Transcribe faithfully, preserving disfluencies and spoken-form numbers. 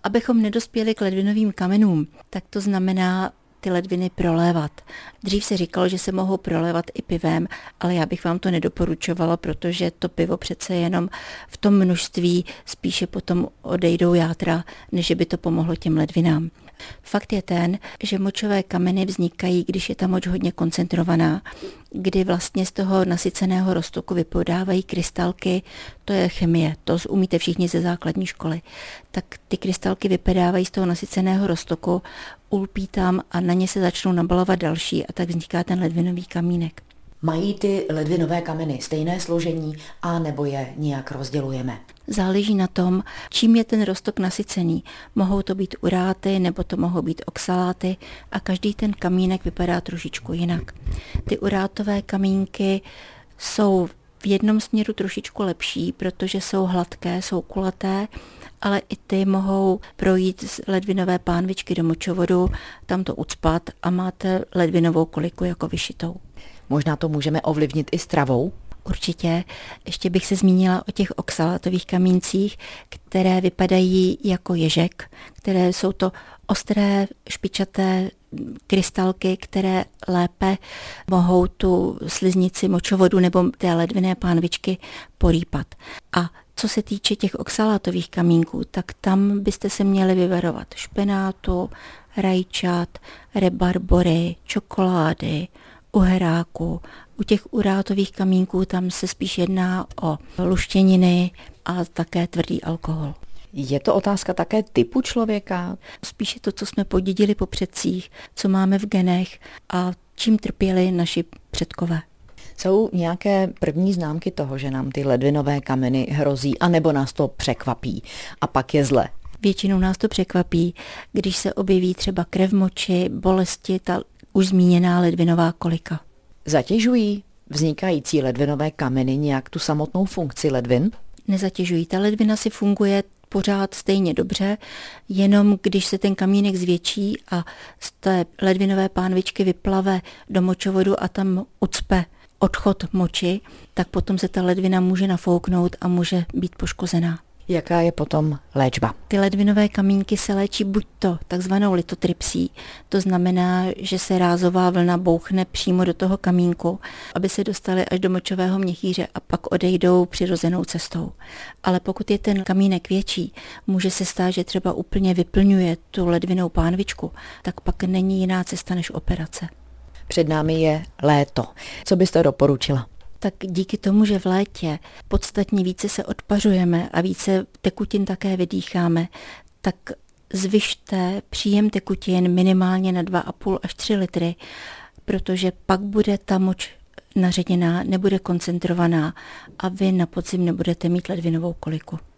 Abychom nedospěli k ledvinovým kamenům, tak to znamená ty ledviny prolévat. Dřív se říkalo, že se mohou prolévat i pivem, ale já bych vám to nedoporučovala, protože to pivo přece jenom v tom množství spíše potom odejdou játra, než by to pomohlo těm ledvinám. Fakt je ten, že močové kameny vznikají, když je ta moč hodně koncentrovaná, kdy vlastně z toho nasyceného roztoku vypodávají krystalky, to je chemie, to umíte všichni ze základní školy, tak ty krystalky vypadávají z toho nasyceného roztoku, ulpí tam a na ně se začnou nabalovat další a tak vzniká ten ledvinový kamínek. Mají ty ledvinové kameny stejné složení a nebo je nějak rozdělujeme? Záleží na tom, čím je ten roztok nasycený. Mohou to být uráty nebo to mohou být oxaláty a každý ten kamínek vypadá trošičku jinak. Ty urátové kamínky jsou v jednom směru trošičku lepší, protože jsou hladké, jsou kulaté, ale i ty mohou projít z ledvinové pánvičky do močovodu, tam to ucpat a máte ledvinovou koliku jako vyšitou. Možná to můžeme ovlivnit i stravou? Určitě. Ještě bych se zmínila o těch oxalátových kamíncích, které vypadají jako ježek, které jsou to ostré, špičaté krystalky, které lépe mohou tu sliznici močovodu nebo té ledviné pánvičky porýpat. A co se týče těch oxalátových kamínků, tak tam byste se měli vyvarovat špenátu, rajčat, rebarbory, čokolády, uheráku. U těch urátových kamínků tam se spíš jedná o luštěniny a také tvrdý alkohol. Je to otázka také typu člověka? Spíše to, co jsme podědili po předcích, co máme v genech a čím trpěli naši předkové. Jsou nějaké první známky toho, že nám ty ledvinové kameny hrozí, anebo nás to překvapí a pak je zle? Většinou nás to překvapí, když se objeví třeba krev v moči, bolesti, ta už zmíněná ledvinová kolika. Zatěžují vznikající ledvinové kameny nějak tu samotnou funkci ledvin? Nezatěžují. Ta ledvina si funguje pořád stejně dobře, jenom když se ten kamínek zvětší a z té ledvinové pánvičky vyplave do močovodu a tam ucpe odchod moči, tak potom se ta ledvina může nafouknout a může být poškozená. Jaká je potom léčba? Ty ledvinové kamínky se léčí buď to takzvanou litotrypsí, to znamená, že se rázová vlna bouchne přímo do toho kamínku, aby se dostaly až do močového měchýře a pak odejdou přirozenou cestou. Ale pokud je ten kamínek větší, může se stát, že třeba úplně vyplňuje tu ledvinou pánvičku, tak pak není jiná cesta než operace. Před námi je léto. Co byste doporučila? Tak díky tomu, že v létě podstatně více se odpařujeme a více tekutin také vydýcháme, tak zvyšte příjem tekutin minimálně na dva a půl až tři litry, protože pak bude ta moč naředěná, nebude koncentrovaná a vy na podzim nebudete mít ledvinovou koliku.